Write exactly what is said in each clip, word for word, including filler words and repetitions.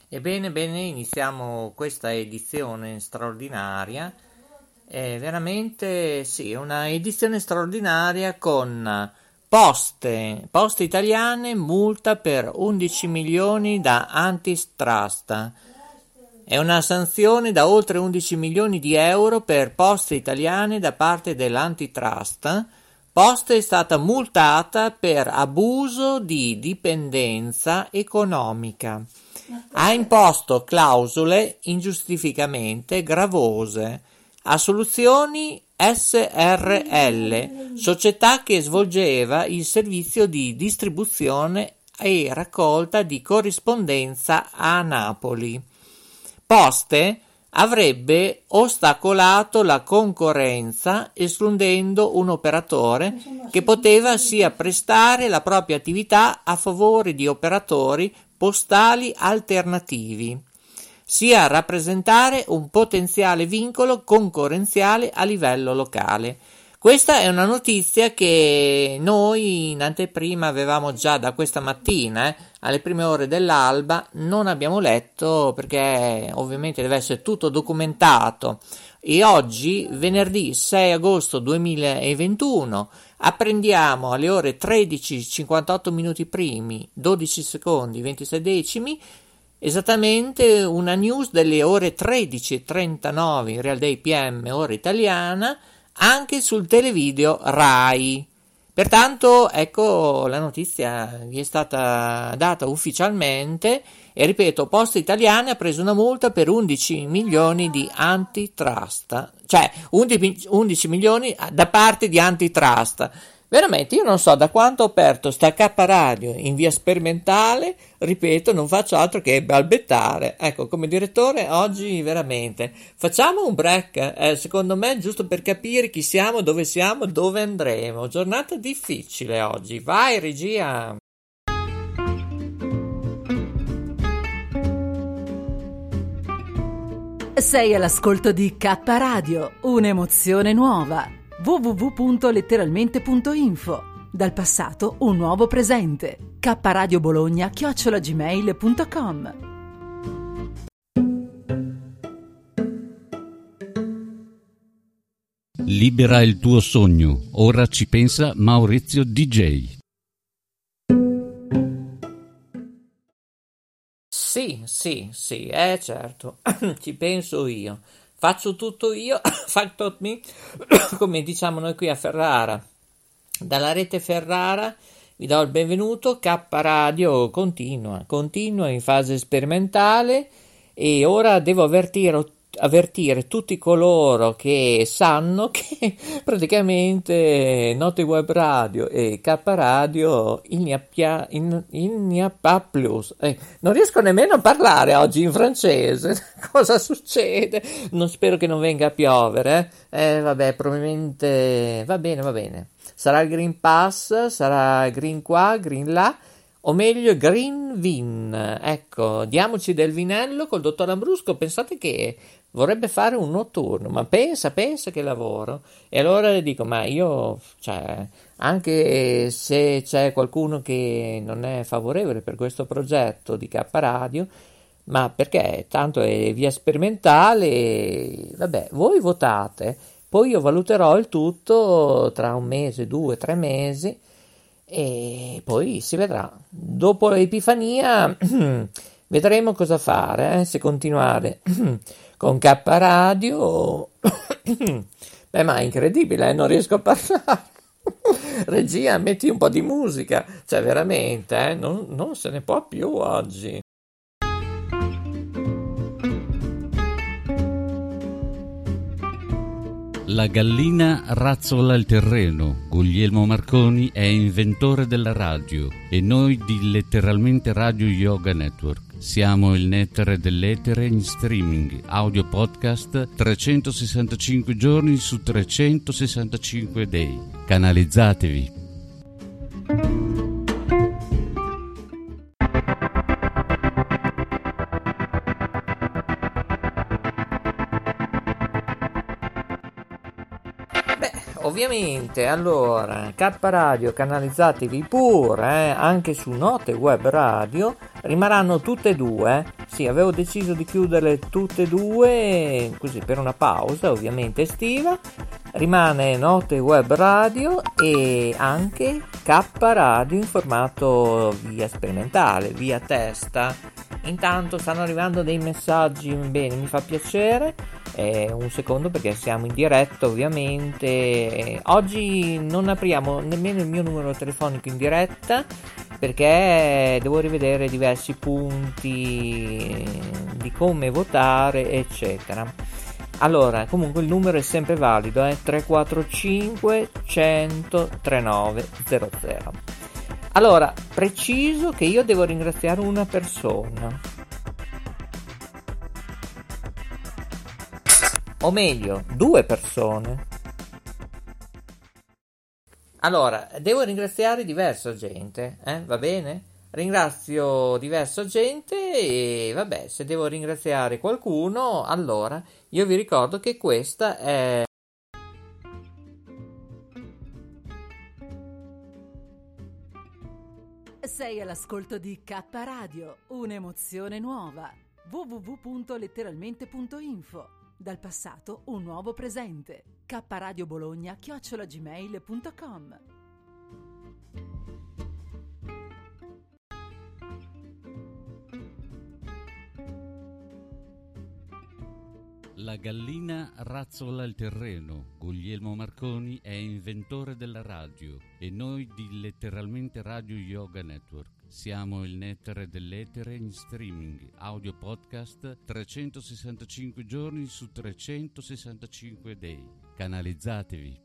Ebbene, bene, iniziamo questa edizione straordinaria. È veramente, sì, una edizione straordinaria con Poste, Poste Italiane, multa per undici milioni da antitrust. È una sanzione da oltre undici milioni di euro per Poste Italiane da parte dell'antitrust. Poste è stata multata per abuso di dipendenza economica. Ha imposto clausole ingiustificamente gravose a Soluzioni S R L, società che svolgeva il servizio di distribuzione e raccolta di corrispondenza a Napoli. Poste avrebbe ostacolato la concorrenza escludendo un operatore che poteva sia prestare la propria attività a favore di operatori postali alternativi, sia rappresentare un potenziale vincolo concorrenziale a livello locale. Questa è una notizia che noi in anteprima avevamo già da questa mattina, eh, alle prime ore dell'alba, non abbiamo letto perché ovviamente deve essere tutto documentato. E oggi, venerdì sei agosto duemilaventuno, apprendiamo alle ore tredici cinquantotto minuti primi, dodici secondi, ventisei decimi, esattamente una news delle ore tredici e trentanove in Real Day P M, ora italiana, anche sul televideo Rai. Pertanto, ecco, la notizia vi è stata data ufficialmente e, ripeto, Poste Italiane ha preso una multa per undici milioni di antitrust, cioè undici milioni da parte di antitrust. Veramente, io non so da quanto ho aperto sta K Radio in via sperimentale, ripeto, non faccio altro che balbettare. Ecco, come direttore oggi veramente facciamo un break, eh, secondo me, giusto per capire chi siamo, dove siamo, dove andremo. Giornata difficile oggi. Vai, regia! Sei all'ascolto di K Radio, un'emozione nuova. w w w punto letteralmente punto info. Dal passato un nuovo presente. kradiobologna chiocciola gmail punto com. Libera il tuo sogno. Ora ci pensa Maurizio D J. Sì, sì, sì, eh certo, ci penso io. Faccio tutto io, fatto me, come diciamo noi qui a Ferrara. Dalla rete Ferrara vi do il benvenuto. K Radio continua, continua in fase sperimentale e ora devo avvertire, avvertire tutti coloro che sanno che praticamente Note Web Radio e K Radio il n'y a pas, il, il n'y a pas plus. Eh, non riesco nemmeno a parlare oggi in francese. Cosa succede? Non spero che non venga a piovere. Eh, eh vabbè, probabilmente va bene, va bene. Sarà il Green Pass, sarà Green qua, Green là, o meglio Green Vin. Ecco, diamoci del vinello col dottor Ambrusco. Pensate che vorrebbe fare un notturno, ma pensa, pensa che lavoro. E allora le dico, ma io, cioè, anche se c'è qualcuno che non è favorevole per questo progetto di K Radio, ma perché tanto è via sperimentale, vabbè, voi votate, poi io valuterò il tutto tra un mese, due, tre mesi e poi si vedrà. Dopo l'Epifania vedremo cosa fare, eh, se continuare con K Radio. Beh, ma è incredibile, eh, non riesco a parlare. Regia, metti un po' di musica, cioè veramente, eh, non, non se ne può più oggi. La gallina razzola il terreno. Guglielmo Marconi è inventore della radio e noi di Letteralmente Radio Yoga Network. Siamo il nettare dell'etere in streaming, audio podcast trecentosessantacinque giorni su trecentosessantacinque day. Canalizzatevi. Ovviamente, allora, K Radio, canalizzatevi pure, eh, anche su Note Web Radio, rimarranno tutte e due, sì, avevo deciso di chiuderle tutte e due, così per una pausa, ovviamente estiva, rimane Note Web Radio e anche K Radio in formato via sperimentale, via testa. Intanto stanno arrivando dei messaggi, bene, mi fa piacere. Eh, un secondo perché siamo in diretta ovviamente. Eh, oggi non apriamo nemmeno il mio numero telefonico in diretta perché devo rivedere diversi punti di come votare eccetera. Allora, comunque il numero è sempre valido, è eh? tre quattro cinque cento trentanove zero zero. Allora, preciso che io devo ringraziare una persona, o meglio, due persone. Allora, devo ringraziare diversa gente, eh? Va bene? Ringrazio diversa gente e vabbè, se devo ringraziare qualcuno, allora io vi ricordo che questa è Sei all'ascolto di K Radio, un'emozione nuova. w w w punto letteralmente punto info. Dal passato un nuovo presente. K Radio Bologna chiocciola gmail punto com. La gallina razzola il terreno. Guglielmo Marconi è inventore della radio e noi di Letteralmente Radio Yoga Network siamo il nettare dell'etere in streaming, audio podcast trecentosessantacinque giorni su trecentosessantacinque day. Canalizzatevi.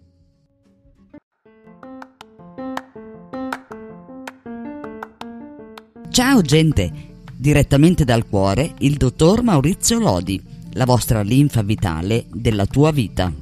Ciao gente, direttamente dal cuore il dottor Maurizio Lodi, la vostra linfa vitale della tua vita.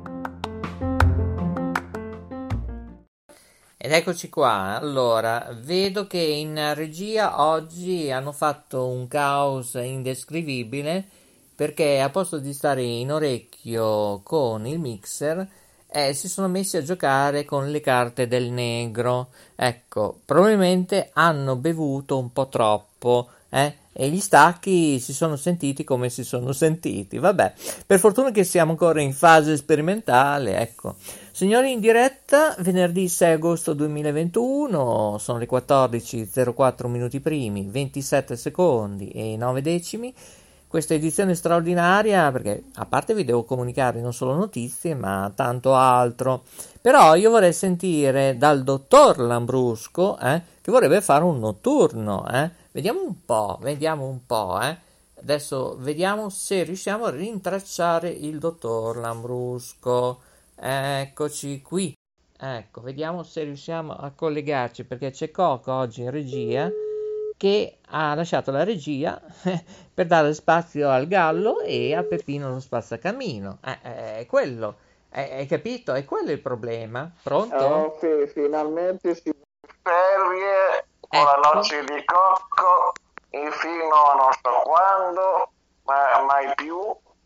Ed eccoci qua. Allora, vedo che in regia oggi hanno fatto un caos indescrivibile perché a posto di stare in orecchio con il mixer eh, si sono messi a giocare con le carte del negro. Ecco, probabilmente hanno bevuto un po' troppo, eh? E gli stacchi si sono sentiti come si sono sentiti. Vabbè, per fortuna che siamo ancora in fase sperimentale, ecco. Signori, in diretta venerdì sei agosto duemilaventuno, sono le quattordici e zero quattro minuti primi, ventisette secondi e nove decimi. Questa edizione straordinaria perché a parte vi devo comunicare non solo notizie ma tanto altro. Però io vorrei sentire dal dottor Lambrusco eh, che vorrebbe fare un notturno, eh. Vediamo un po', vediamo un po', eh. Adesso vediamo se riusciamo a rintracciare il dottor Lambrusco. Eccoci qui. Ecco, vediamo se riusciamo a collegarci perché c'è Coco oggi in regia che ha lasciato la regia per dare spazio al Gallo e a Peppino lo spazzacamino. Eh, eh, è quello, eh, hai capito? È quello il problema. Pronto? Oh, sì, finalmente si ferie con ecco. La noce di cocco fino a non so quando, ma mai più.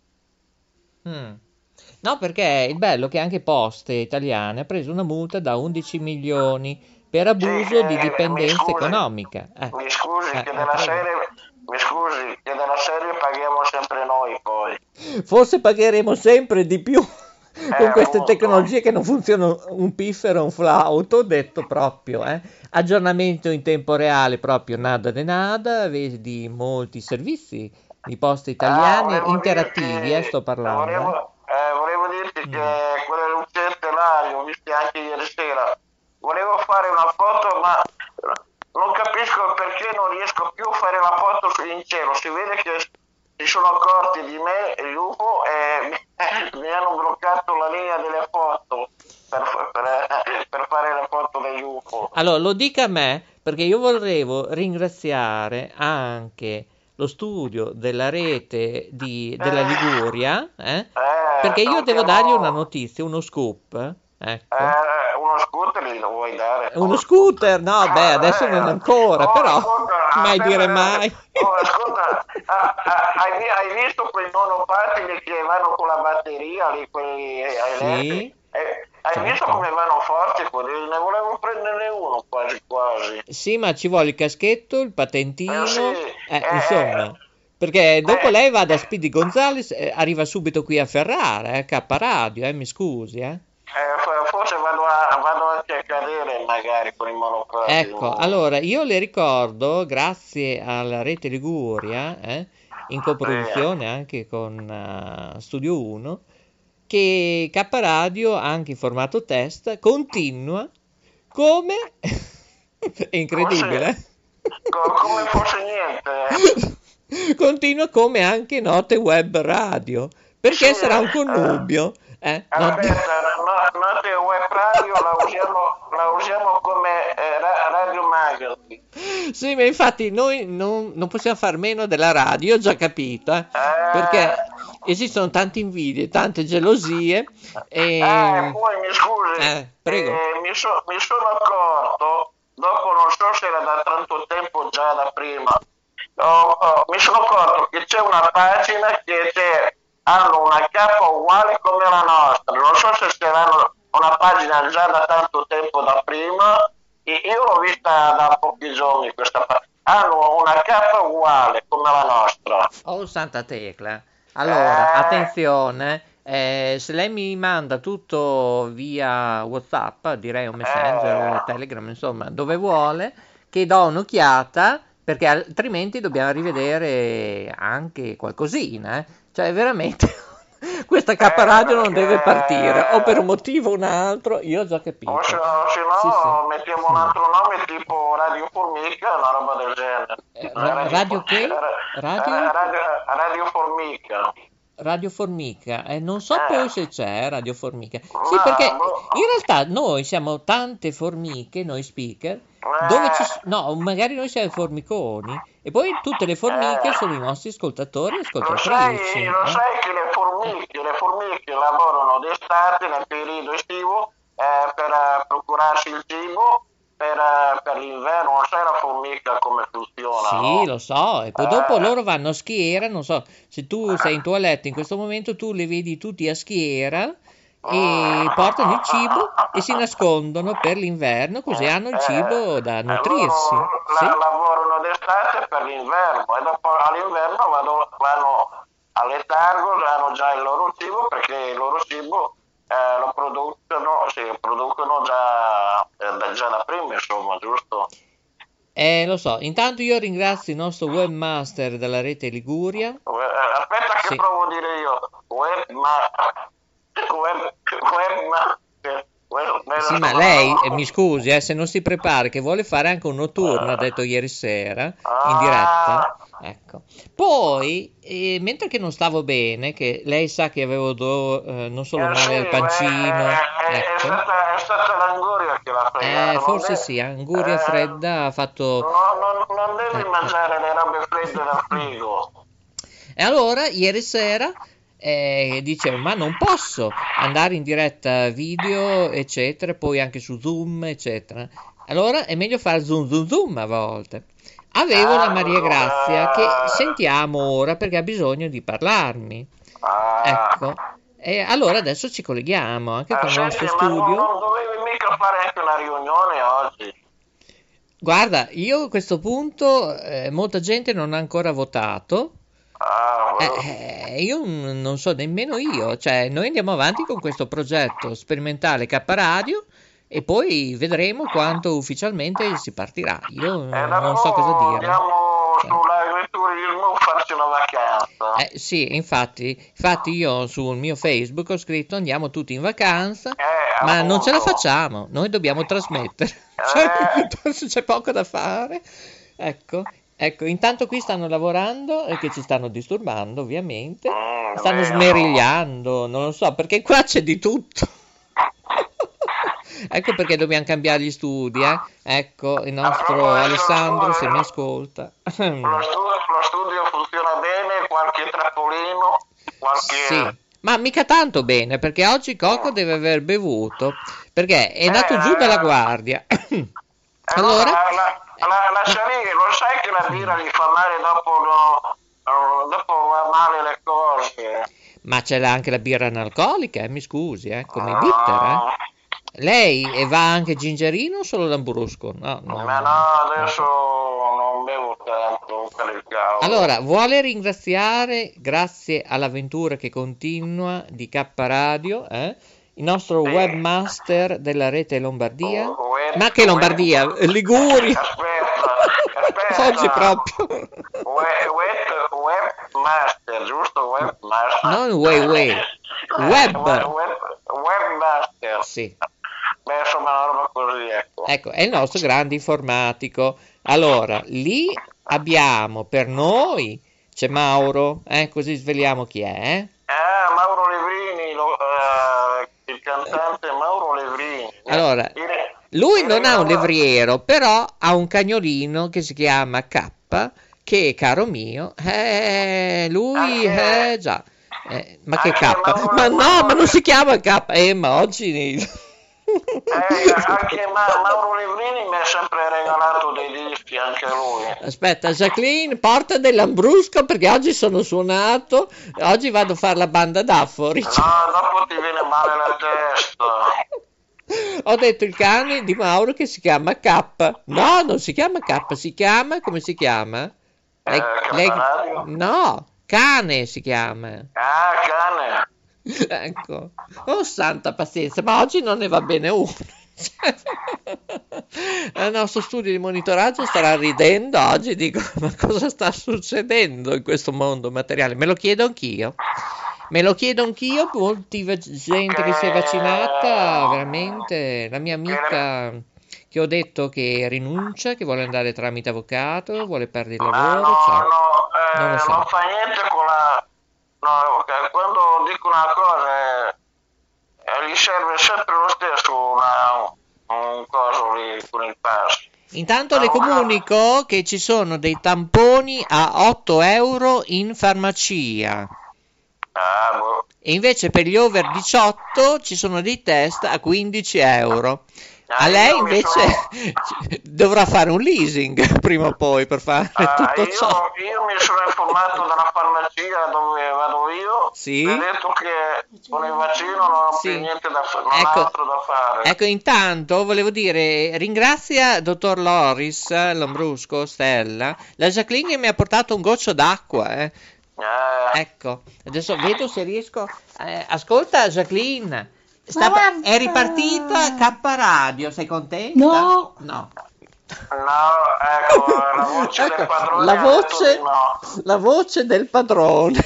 Mm. No, perché il bello è che anche Poste Italiane ha preso una multa da undici milioni per abuso sì, di eh, dipendenza mi scusi, economica. Eh. Mi scusi, eh, che eh, della serie, mi scusi, che della serie paghiamo sempre noi poi. Forse pagheremo sempre di più con Eh, queste appunto. tecnologie che non funzionano un piffero, un flauto, detto proprio. Eh. Aggiornamento in tempo reale, proprio nada de nada, vedi molti servizi di Poste Italiane Ah, volevo interattivi, dirti- eh, sto parlando. eh. Volevo, eh, volevo dirti Mm. che quelle luci stellari, ho viste anche ieri sera. Volevo fare una foto, ma non capisco perché non riesco più a fare la foto in cielo. Si vede che si sono accorti di me, gli U F O, e mi, mi hanno bloccato la linea delle foto per, per, per fare le foto degli U F O. Allora, lo dica a me, perché io volevo ringraziare anche lo studio della rete di, della Liguria, eh, Eh, perché io devo salutiamo- dargli una notizia, uno scoop, ecco. Eh, uno scooter gli lo vuoi dare? Uno scooter? No, beh, adesso non ancora, Oh, però ascolta, mai aspetta, dire mai. Oh, ascolta, ah, ah, hai, vi- hai visto quei monopattini che vanno con la batteria lì, quelli eh, Sì. elettrici? Eh, Hai certo. visto come vanno forti quelli? Ne volevo prenderne uno quasi quasi. Sì, ma ci vuole il caschetto, il patentino, Eh sì, eh, eh, insomma, perché dopo eh, lei va da Speedy Gonzales, eh, arriva subito qui a Ferrara, eh, K Radio, eh, mi scusi, eh. eh, fo- forse vado, a- vado anche a cadere magari con i monocrati. Ecco, allora io le ricordo, grazie alla Rete Liguria, eh, in coproduzione anche con eh, Studio uno, che K Radio, anche in formato test, continua come... È incredibile. Co- come fosse niente. Continua come anche Note Web Radio. Perché Sì, sarà un eh, connubio? Eh? No- Aspetta, no, Note Web Radio la usiamo, la usiamo come eh, ra- Radio Magazine. Sì, ma infatti noi non, non possiamo far meno della radio, ho già capito, eh, perché esistono tante invidie, tante gelosie e... Eh, poi mi scusi, Eh, prego. eh, mi, so- mi sono accorto, dopo non so se era da tanto tempo già da prima, oh, oh, mi sono accorto che c'è una pagina che c'è, hanno una capa uguale come la nostra, non so se saranno una pagina già da tanto tempo da prima, e io l'ho vista da pochi giorni questa pagina, hanno una capa uguale come la nostra. Oh, santa tecla. Allora, Eh. attenzione, eh, se lei mi manda tutto via WhatsApp, direi un Messenger Eh. o Telegram, insomma, dove vuole, che do un'occhiata, perché altrimenti dobbiamo rivedere anche qualcosina, eh. Cioè, veramente, questa K Radio non deve partire, o per un motivo o un altro, io ho già capito. O se, o se no Sì, sì. mettiamo un altro nome tipo Radio Formica, una roba del genere. Eh, ra- radio che? eh, Radio? eh, radio, Radio Formica. Radio Formica, eh, non so Eh. poi se c'è Radio Formica. Sì, Ma, perché boh. in realtà noi siamo tante formiche, noi speaker, Eh. dove ci... s- No, magari noi siamo formiconi, e poi tutte le formiche Eh. sono i nostri ascoltatori e Lo sai, ascoltatrici. lo eh. sai che le formiche, le formiche lavorano d'estate nel periodo estivo eh, per eh, procurarsi il cibo per, eh, per l'inverno, non sai la formica come funziona, Sì, no? lo so, e poi Eh. dopo loro vanno a schiera, non so, se tu sei in toilette in questo momento tu li vedi tutti a schiera e portano il cibo e si nascondono per l'inverno, così hanno il cibo da Eh, nutrirsi. loro Sì. la- lavorano d'estate per l'inverno e dopo all'inverno vanno, vanno a letargo, hanno già il loro cibo perché il loro cibo eh, lo producono, sì, producono già, eh, da- già da prima, insomma, giusto? Eh, lo so, intanto io ringrazio il nostro webmaster della rete Liguria. Eh, aspetta che Sì. provo a dire io, web ma... Web, web ma... web- me lo Sì, ma so- lei, eh, mi scusi, eh, se non si prepara, che vuole fare anche un notturno, ha detto ieri sera, in diretta. Ecco. Poi, eh, mentre che non stavo bene, che lei sa che avevo do- eh, non solo Eh, male sì, al pancino, eh, eh, è, ecco. stata, è stata l'anguria che l'ha fregato. Eh, non forse devi- sì, anguria eh, fredda ha fatto... No, no, non devi Ecco. mangiare le robe fredde dal frigo. E allora, ieri sera, eh, dicevo, ma non posso andare in diretta video, eccetera, poi anche su Zoom, eccetera. Allora è meglio fare Zoom, Zoom, Zoom a volte. Avevo la Maria Grazia, che sentiamo ora perché ha bisogno di parlarmi. Ah, Ecco. E allora adesso ci colleghiamo anche eh, con il senti, nostro ma non, studio. non dovevi mica fare anche una riunione oggi? Guarda, io a questo punto, eh, molta gente non ha ancora votato. Ah, Eh, eh, io n- non so nemmeno io, cioè noi andiamo avanti con questo progetto sperimentale K Radio e poi vedremo quando ufficialmente si partirà. Io e non so dopo cosa dire. andiamo sull'agriturismo a farci una vacanza. Eh, sì, infatti, infatti io sul mio Facebook ho scritto andiamo tutti in vacanza, Eh, ma non ce la appunto. facciamo, noi dobbiamo trasmettere, Eh. cioè, c'è poco da fare. Ecco, ecco, intanto qui stanno lavorando e che ci stanno disturbando, ovviamente. Mm, Stanno vero. smerigliando, non lo so, perché qua c'è di tutto. Ecco perché dobbiamo cambiare gli studi, eh? Ecco, il nostro proposito, Alessandro, se scusa, mi ascolta. Lo studio, lo studio funziona bene, qualche trappolino, qualche... Sì, ma mica tanto bene, perché oggi Coco deve aver bevuto, perché è andato Eh, giù dalla eh. guardia. Eh, Allora, no, la, la, la, lascia lì, lo sai che la birra gli fa male dopo, no, no, dopo va male le cose. ma c'è anche la birra analcolica, eh, mi scusi, eh, come i bitter, eh. lei e va anche gingerino o solo lambrusco? No, no. Ma no, adesso non bevo tanto per il cavolo. Allora, vuole ringraziare, grazie all'avventura che continua di K Radio, eh, il nostro Sì. webmaster della rete Lombardia? Oh, web- Ma che Lombardia? web- Liguria! Aspetta, aspetta. Oggi proprio. We- web- webmaster, giusto? Webmaster. Non way way. Web. We- web- webmaster. Sì. Beh, insomma, una roba così, ecco. Ecco, è il nostro grande informatico. Allora, lì abbiamo per noi, c'è Mauro, eh, così sveliamo chi è, eh? Ah, Mauro Levrini, lo- eh, il cantante Mauro Levrini. Allora, Il- lui il non ha un lavoro- levriero, però ha un cagnolino che si chiama K, che, caro mio, eh, lui, Anche- eh, già. Eh, ma che anche K? Mauro- Ma no, ma non si chiama K, eh, ma oggi... Eh, anche Ma- Mauro Levrini mi ha sempre regalato dei dischi, anche lui. Aspetta, Jacqueline, porta dell'ambrusco perché oggi sono suonato, oggi vado a fare la banda d'affori. No, dopo ti viene male la testa. Ho detto il cane di Mauro che si chiama K. No, non si chiama K, si chiama, come si chiama? Lei- Eh, lei- Caparadio? no, cane si chiama. Ah, cane. Ecco, oh santa pazienza, ma oggi non ne va bene uno. Il nostro studio di monitoraggio starà ridendo oggi, dico, ma cosa sta succedendo in questo mondo materiale? Me lo chiedo anch'io. Me lo chiedo anch'io, molti va- gente che si è vaccinata, veramente, la mia amica che ho detto che rinuncia, che vuole andare tramite avvocato, vuole perdere il Ah, lavoro, no, cioè, no, eh, non lo so. non fa niente con la... No, ok, quando dico una cosa, eh, gli serve sempre lo stesso una, un coso lì con il pass. Intanto le comunico che ci sono dei tamponi a otto euro in farmacia. Ah, boh. E invece per gli over diciotto ci sono dei test a quindici euro. A Ah, lei io mi invece dovrà fare un leasing prima o poi per fare Ah, tutto io, ciò. io mi sono informato dalla farmacia dove vado io. Sì. Mi ha detto che con il vaccino non ho Sì. più niente da fare, non Ecco. ho altro da fare. Ecco, intanto volevo dire, ringrazia dottor Loris Lambrusco, Stella, la Jacqueline che mi ha portato un goccio d'acqua, eh. Eh, Ecco, adesso vedo se riesco. eh, ascolta, Jacqueline, sta- è ripartita K Radio, sei contenta? No. No. no, ecco, la voce Ecco, del padrone la ha detto voce, di no. la voce del padrone.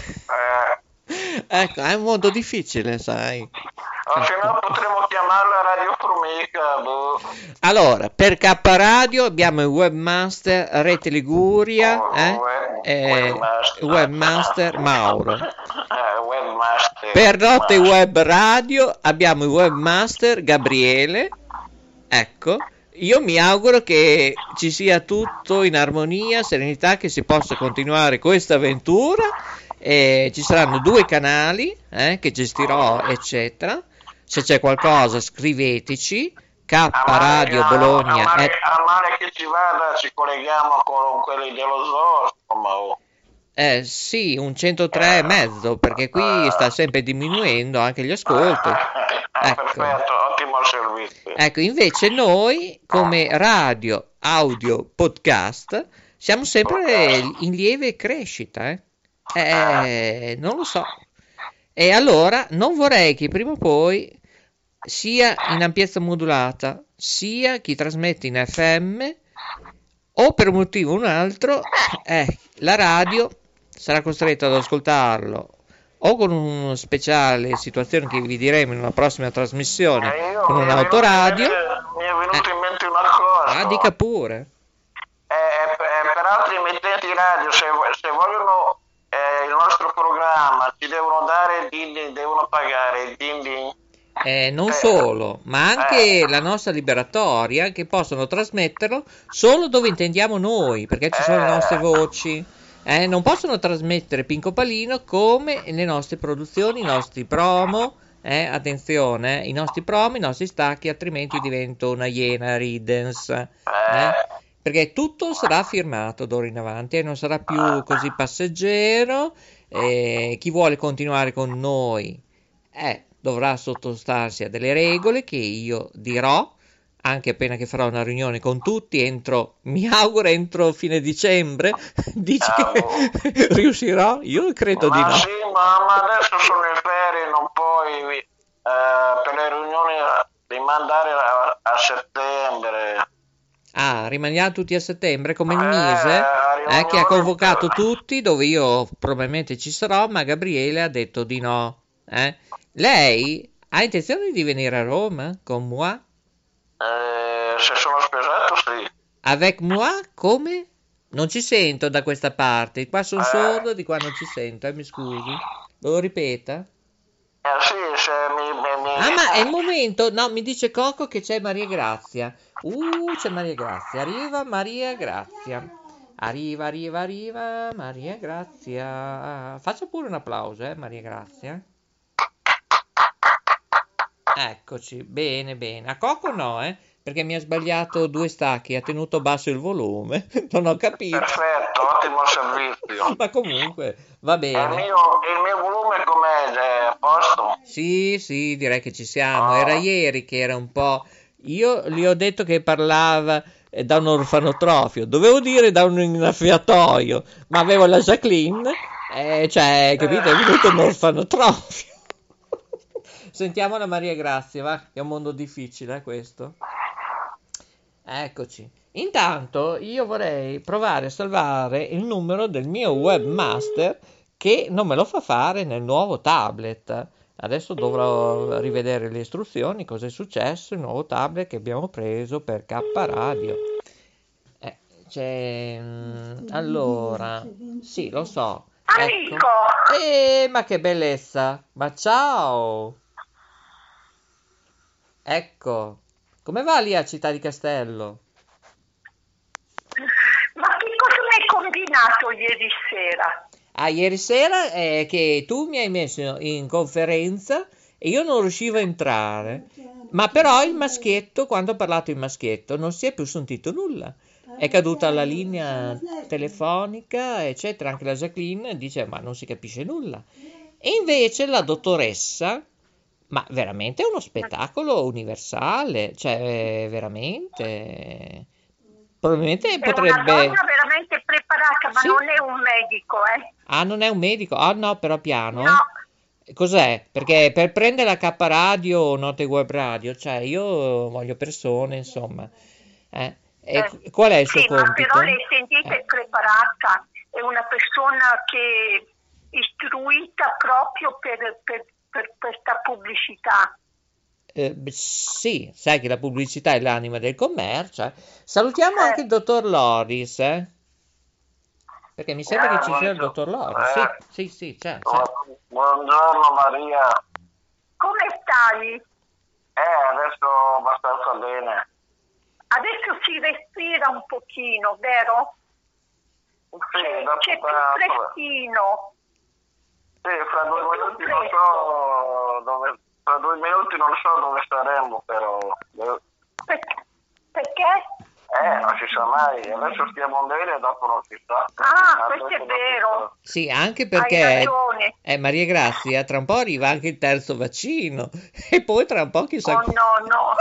Eh, Ecco, è un mondo difficile, sai. o se no potremmo chiamarla Radio Formica, boh. Allora, per K Radio abbiamo il webmaster Rete Liguria, Oh, eh? web- Eh, webmaster. webmaster Mauro. Eh, webmaster. Per Notte Ma- Web Radio abbiamo il webmaster Gabriele. Ecco, io mi auguro che ci sia tutto in armonia, serenità, che si possa continuare questa avventura. E ci saranno due canali eh, che gestirò, eccetera. Se c'è qualcosa scriveteci. K A male- Radio a- Bologna. A male, eh, a male che ci vada, ci colleghiamo con quelli dello zoo, insomma. Oh. eh, sì, un centotré e mezzo, perché qui sta sempre diminuendo anche gli ascolti. Eh, Ecco. Perfetto, ottimo servizio. Ecco, invece noi come radio, audio, podcast siamo sempre in lieve crescita, eh? Eh, non lo so. E allora non vorrei che prima o poi sia in ampiezza modulata, sia chi trasmette in F M o per un motivo o un altro, eh, la radio sarà costretta ad ascoltarlo o con una speciale situazione che vi diremo in una prossima trasmissione Eh, io- con mi è un'autoradio. venuto in mente- Mi è venuto Eh. in mente una cosa. Ah, dica pure. Eh, per, per altri emittenti radio, se, se vogliono eh, il nostro programma, ci devono dare din, devono pagare il din din. Eh, non Eh. solo, ma anche la nostra liberatoria, che possono trasmetterlo solo dove intendiamo noi, perché ci sono le nostre voci. Eh, non possono trasmettere Pinco Palino come le nostre produzioni, i nostri promo. Eh, attenzione, eh, i nostri promo, i nostri stacchi, altrimenti divento una iena Ridens. Eh? Perché tutto sarà firmato d'ora in avanti e non sarà più così passeggero. Eh, chi vuole continuare con noi, eh, dovrà sottostarsi a delle regole che io dirò, anche appena che farò una riunione con tutti, entro, mi auguro entro fine dicembre. Dici Ah, che riuscirò? Io credo di ma no. sì, ma, ma adesso sono in ferie, non puoi eh, per le riunioni rimandare a, a settembre. Ah, rimaniamo tutti a settembre come il Eh, Mise, eh, che ha riunioni convocato per- tutti, dove io probabilmente ci sarò, ma Gabriele ha detto di no. Eh? Lei ha intenzione di venire a Roma con moi? Eh, se sono sposato, sì. Avec moi? Come? Non ci sento da questa parte. Qua sono Eh. sordo, di qua non ci sento, eh, mi scusi. Lo ripeta? Eh, sì, se mi, mi, mi- Ah, ma è il momento. No, mi dice Coco che c'è Maria Grazia. Uh, c'è Maria Grazia. Arriva Maria Grazia. Arriva, arriva, arriva Maria Grazia. Faccia pure un applauso, eh, Maria Grazia. Eccoci, bene, bene. A Coco no, eh, perché mi ha sbagliato due stacchi, ha tenuto basso il volume. Non ho capito. Perfetto, ottimo servizio. Ma comunque, va E il bene. mio, il mio volume com'è? È a posto? Sì, sì, direi che ci siamo. Ah. Era ieri che era un po'. Io gli ho detto che parlava eh, da un orfanotrofio, dovevo dire da un innaffiatoio, ma avevo la Jacqueline, eh, cioè, capito, è venuto un orfanotrofio. Sentiamo la Maria Grazia, va, che è un mondo difficile, eh, questo. Eccoci. Intanto io vorrei provare a salvare il numero del mio webmaster che non me lo fa fare nel nuovo tablet. Adesso dovrò rivedere le istruzioni, cosa è successo, il nuovo tablet che abbiamo preso per K Radio. Eh, c'è... mm, allora, sì, lo so. Amico! Ecco. Eh, ma che bellezza! Ma ciao! Ecco, come va lì a Città di Castello? Ma che cosa mi hai combinato ieri sera? Ah, ieri sera è che tu mi hai messo in conferenza e io non riuscivo a entrare, ma però il maschietto, quando ho parlato il maschietto, non si è più sentito nulla. È caduta la linea telefonica, eccetera. Anche la Jacqueline dice, ma non si capisce nulla. E invece la dottoressa, ma veramente è uno spettacolo universale, cioè veramente... Probabilmente È una potrebbe... donna veramente preparata, ma Sì. non è un medico, eh? Ah, non è un medico? Ah, no, però piano, No, eh. Cos'è? Perché per prendere la K Radio o Note Web Radio, cioè io voglio persone, insomma. Eh. E eh, qual è il suo sì, ma compito? però lei sentite Eh. preparata, è una persona che è istruita proprio per, per, per questa pubblicità. Eh, beh, sì, sai che la pubblicità è l'anima del commercio. eh. Salutiamo Eh. anche il dottor Loris, eh? Perché mi sembra Eh, che ci sia il buongiorno. dottor Loris. Eh. Sì, sì, sì, c'è, c'è. Buongiorno Maria. Come stai? Eh, adesso abbastanza bene. Adesso si respira un pochino, vero? Sì, C'è, dopo- c'è più fra- freschino. sì, fra due Più minuti non fresco. so dove, fra due minuti non so dove saremo, però Per- perché? eh, non si sa mai. Adesso stiamo bene, dopo non si sa. Ah, Adesso questo è non si vero. Sì, anche Hai perché... ragione. Eh, Maria Grazia, tra un po' arriva anche il terzo vaccino e poi tra un po' chissà... Oh no, no.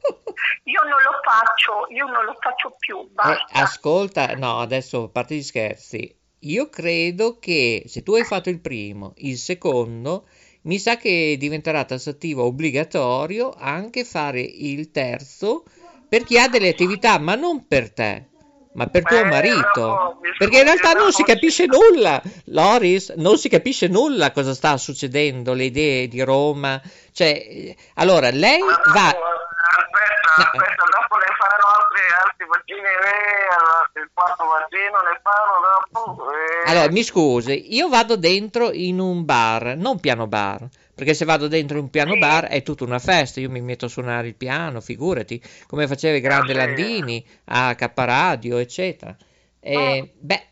Io non lo faccio, io non lo faccio più, Eh, basta. ascolta, no, adesso a parte gli scherzi, io credo che se tu hai fatto il primo, il secondo, mi sa che diventerà tassativo obbligatorio anche fare il terzo per chi ha delle attività, ma non per te, ma per tuo Eh, marito. dopo, mi Perché in scusi, realtà non dopo si si- capisce nulla, Loris, non si capisce nulla cosa sta succedendo, le idee di Roma. Cioè, eh, allora, lei Ma dopo, va... aspetta, No. aspetta, dopo ne faranno altri, altri vaccini, eh, allora, il quarto vaccino ne fanno dopo. eh. Allora, mi scusi, io vado dentro in un bar, non piano bar, perché se vado dentro in un piano Sì. bar è tutta una festa, io mi metto a suonare il piano, figurati, come faceva il grande Sì. Landini a K Radio, eccetera. E, Oh. beh,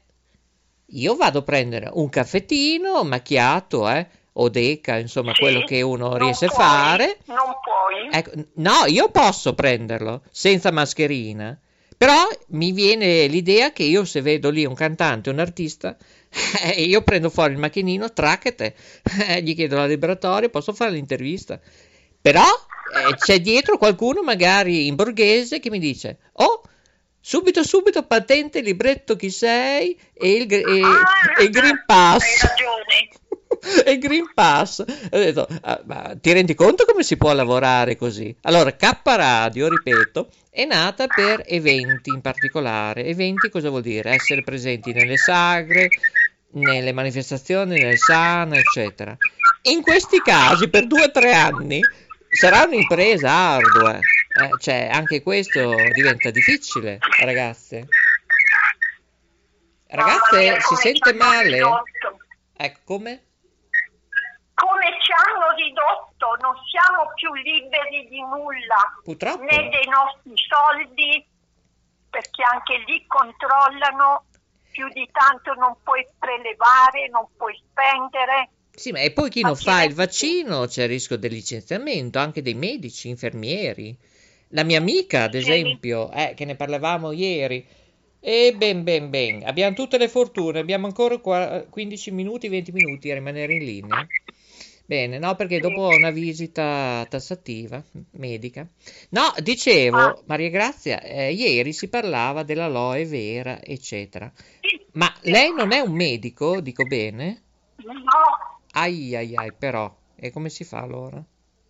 io vado a prendere un caffettino macchiato, eh, o deca, insomma, Sì, quello che uno non riesce a puoi, fare. Non puoi. Ecco, no, io posso prenderlo senza mascherina, Però mi viene l'idea che io se vedo lì un cantante, un artista, eh, io prendo fuori il macchinino, tracchete, eh, gli chiedo la liberatoria, posso fare l'intervista. Però eh, c'è dietro qualcuno magari in borghese che mi dice, oh, subito subito patente, libretto chi sei e il, e, Ah, e il Green Pass. Hai ragione. E il Green Pass. Ho detto, ah, ma ti rendi conto come si può lavorare così? Allora, K Radio, ripeto, è nata per eventi in particolare. Eventi cosa vuol dire? Essere presenti nelle sagre, nelle manifestazioni, nel Sana, eccetera. In questi casi, per due o tre anni, sarà un'impresa ardua. Eh, cioè, anche questo diventa difficile, ragazze. Ragazze, Mamma mia, si come sente ci hanno male? ridotto. Ecco, come? Come ci hanno ridotto, non siamo più liberi di nulla, Purtroppo. né dei nostri soldi, perché anche lì controllano, più di tanto non puoi prelevare, non puoi spendere. Sì, ma e poi chi Ma non chi fa il resta- vaccino c'è il rischio del licenziamento, anche dei medici, infermieri. La mia amica, ad Sì. esempio, eh, che ne parlavamo ieri, e ben ben ben, abbiamo tutte le fortune, abbiamo ancora qua- quindici minuti, venti minuti a rimanere in linea. Bene, no, perché Sì. dopo ho una visita tassativa medica. No, dicevo, Ah. Maria Grazia, eh, ieri si parlava dell'aloe vera, eccetera. Sì. Ma lei non è un medico, dico bene? No, Ai ai ai, però, e come si fa allora?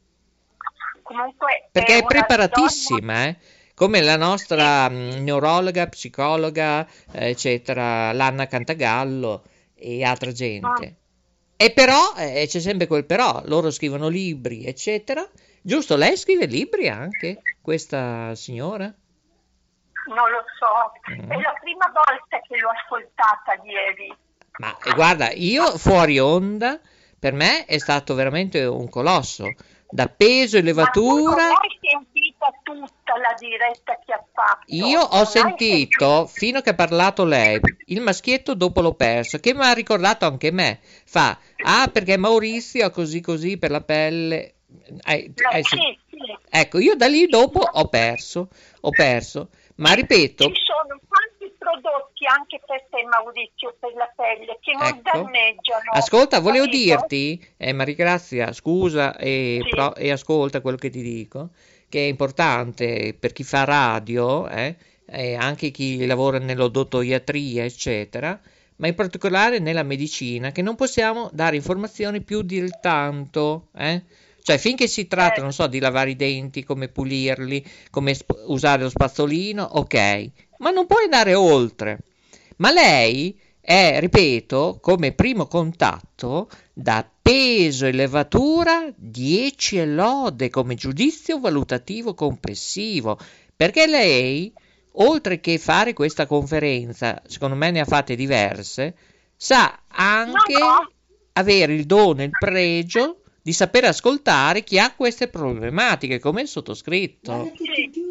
comunque Perché è una preparatissima, eh? Come la nostra mh, neurologa, psicologa, eh, eccetera, l'Anna Cantagallo e altra gente. E però, eh, c'è sempre quel però, loro scrivono libri, eccetera. Giusto, lei scrive libri anche, questa signora? donna, non lo so, Mm. è la prima volta che l'ho ascoltata ieri. Ma eh, guarda, io fuori onda, per me è stato veramente un colosso. Da peso e Ma tu non levatura. l'hai sentita tutta la diretta che ha fatto? Io ho Non l'hai sentito, fino a che ha parlato lei, il maschietto dopo l'ho perso, che mi ha ricordato anche me. Fa, ah, perché Maurizio ha così così per la pelle. Hai- sentita? hai Sì, sen- sì. Ecco, io da lì dopo ho perso, ho perso. Ma ripeto, Ci sono tanti prodotti anche per te, Maurizio, per la pelle, che non ecco, danneggiano. ascolta, volevo capito? dirti, eh, Maria Grazia, scusa e, Sì. pro- e ascolta quello che ti dico, che è importante per chi fa radio, eh, e anche chi lavora nell'odontoiatria, eccetera, ma in particolare nella medicina, che non possiamo dare informazioni più del tanto, eh? Cioè, finché si tratta, non so, di lavare i denti, come pulirli, come sp- usare lo spazzolino, ok, ma non puoi andare oltre. Ma lei è, ripeto, come primo contatto, da peso e levatura dieci e lode come giudizio valutativo complessivo, perché lei, oltre che fare questa conferenza, secondo me ne ha fatte diverse, sa anche No, no. avere il dono e il pregio di sapere ascoltare chi ha queste problematiche, come il sottoscritto. Sì,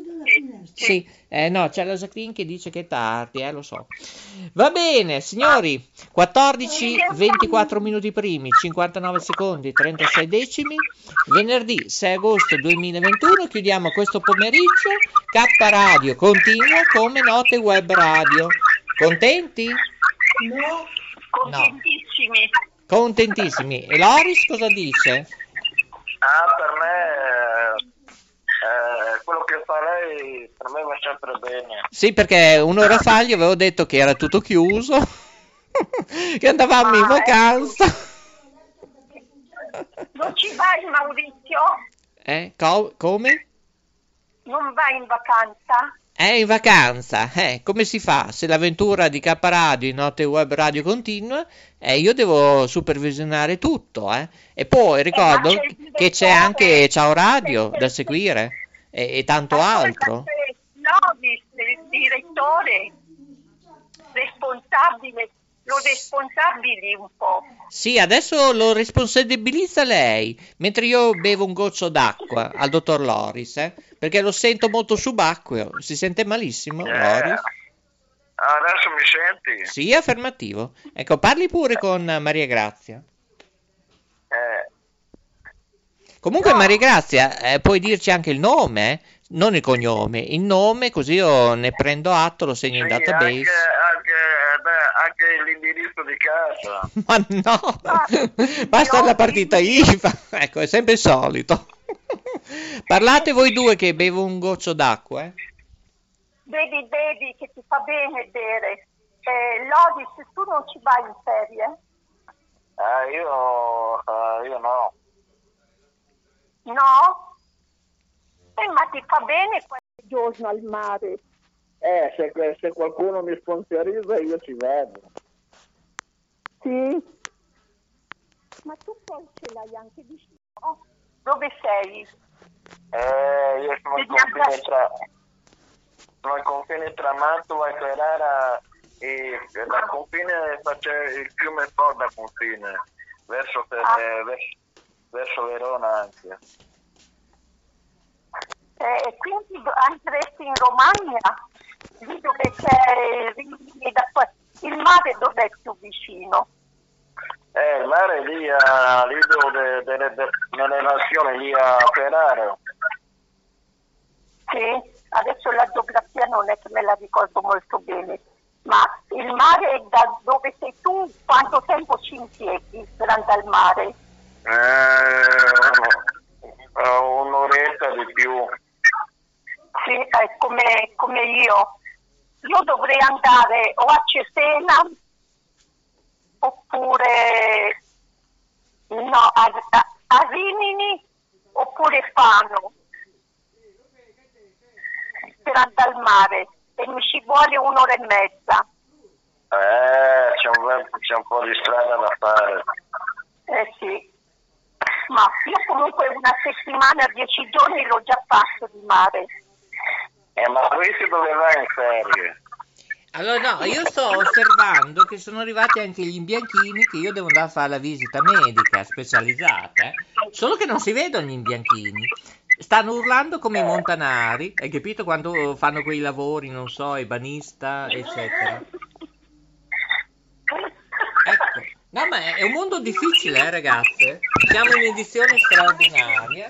sì, sì. Sì, eh, no, c'è la Jacqueline che dice che è tardi, eh, lo so. Va bene, signori, quattordici ventiquattro minuti primi, cinquantanove secondi, trentasei decimi, venerdì sei agosto duemilaventuno, chiudiamo questo pomeriggio, K Radio continua come Note Web Radio. Contenti? Contentissimi. Contentissimi. E Loris cosa dice? Ah, per me eh, quello che fa lei per me va sempre bene. Sì, perché un'ora fa gli avevo detto che era tutto chiuso, che andavamo in Ah, vacanza. Non ci vai, Maurizio? Eh, co- come? Non vai in vacanza? È in vacanza, eh, come si fa? Se l'avventura di K Radio in Note Web Radio continua, eh, io devo supervisionare tutto, eh. E poi ricordo Eh, ma c'è il che c'è direttore, anche Ciao Radio c'è il- da seguire e, e tanto Ma poi altro. c'è Lovis, il direttore responsabile, lo responsabili un po'. Sì, adesso lo responsabilizza lei, mentre io bevo un goccio d'acqua al dottor Loris, eh, perché lo sento molto subacqueo. Si sente malissimo, Eh, Loris? adesso mi senti? Sì, affermativo. Ecco, parli pure con Maria Grazia. Eh, Comunque, No. Maria Grazia, eh, puoi dirci anche il nome, eh? non il cognome, il nome, così io ne prendo atto, lo segno Sì, in database. Anche, anche, beh, anche l'indirizzo di casa. Ma no, basta la partita I V A, ecco, è sempre il solito. Parlate voi due che bevo un goccio d'acqua, eh. Bevi, bevi, che ti fa bene bere. Eh, Lodi, se tu non ci vai in ferie? Ah, io, uh, io no. No? Eh, ma ti fa bene qualche giorno al mare? Eh, se, se qualcuno mi sponsorizza io ci vado. Sì. Ma tu poi ce l'hai anche vicino? Dove sei? Eh, io sono al Vediamo confine la- tra, sono al confine tra Mantova e Ferrara, e dal confine c'è il fiume Po da confine, verso, Ah. eh, verso, verso Verona anche. Eh, e quindi do- andresti in Romagna? Lì dove c'è Rimini, da qua- il mare dov'è più vicino? Eh, il mare è lì, a, lì dove, delle, de, nelle nazioni, lì a Ferrara. Sì, adesso la geografia non è che me la ricordo molto bene, ma il mare è da dove sei tu, quanto tempo ci impieghi per andare al mare? Eh, un'oretta di più. Sì, è come, come io. Io dovrei andare o a Cesena oppure no, a, a, a Rimini oppure Fano per andare al mare e mi ci vuole un'ora e mezza. Eh, c'è un, bel- c'è un po' di strada da fare. Eh sì, ma io comunque una settimana, dieci giorni l'ho già fatto di mare. Eh, ma questi dove vai in ferie? Allora no, io sto osservando che sono arrivati anche gli imbianchini, che io devo andare a fare la visita medica specializzata, eh. Solo che non si vedono gli imbianchini. Stanno urlando come i montanari, hai capito, quando fanno quei lavori, non so, ebanista, eccetera. Ecco. No, ma è è un mondo difficile, eh, ragazze. Siamo in edizione straordinaria.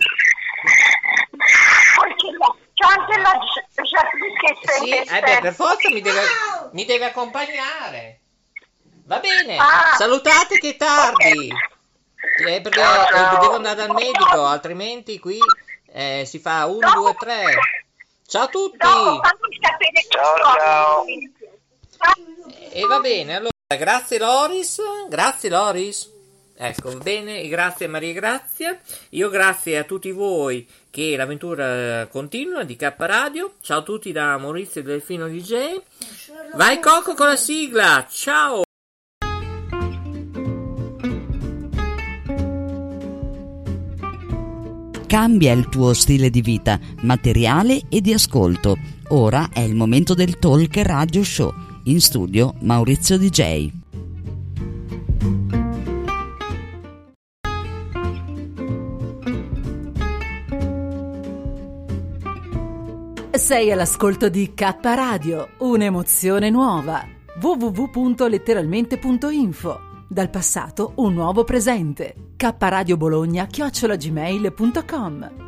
Poi c'è, la, c'è anche la Gi- Giacchi che Sì, sente eh beh, per forza mi deve, mi deve accompagnare. Va bene, Ah. salutate che è tardi. Eh, perché eh, devo andare dal medico, altrimenti qui eh, si fa uno, due, tre. Ciao a tutti. Dopo fammi sapere Ciao, ciao. E va bene, allora, grazie Loris, grazie Loris. Ecco, va bene, grazie Maria Grazia. Io grazie a tutti voi che l'avventura continua di K Radio. Ciao a tutti da Maurizio Delfino D J. Vai Coco con la sigla, ciao. Cambia il tuo stile di vita, materiale e di ascolto. Ora è il momento del Talk Radio Show. In studio Maurizio D J. Sei all'ascolto di K Radio, un'emozione nuova. w w w punto letteralmente punto info. Dal passato un nuovo presente. K Radio Bologna chiocciola gmail punto com.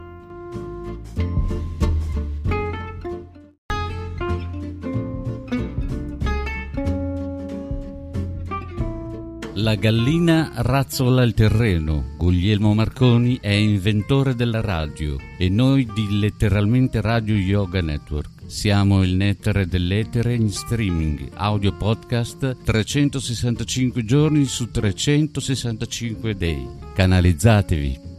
La gallina razzola il terreno. Guglielmo Marconi è inventore della radio e noi di Letteralmente Radio Yoga Network. Siamo il nettare dell'etere in streaming, audio podcast trecentosessantacinque giorni su trecentosessantacinque day. Canalizzatevi.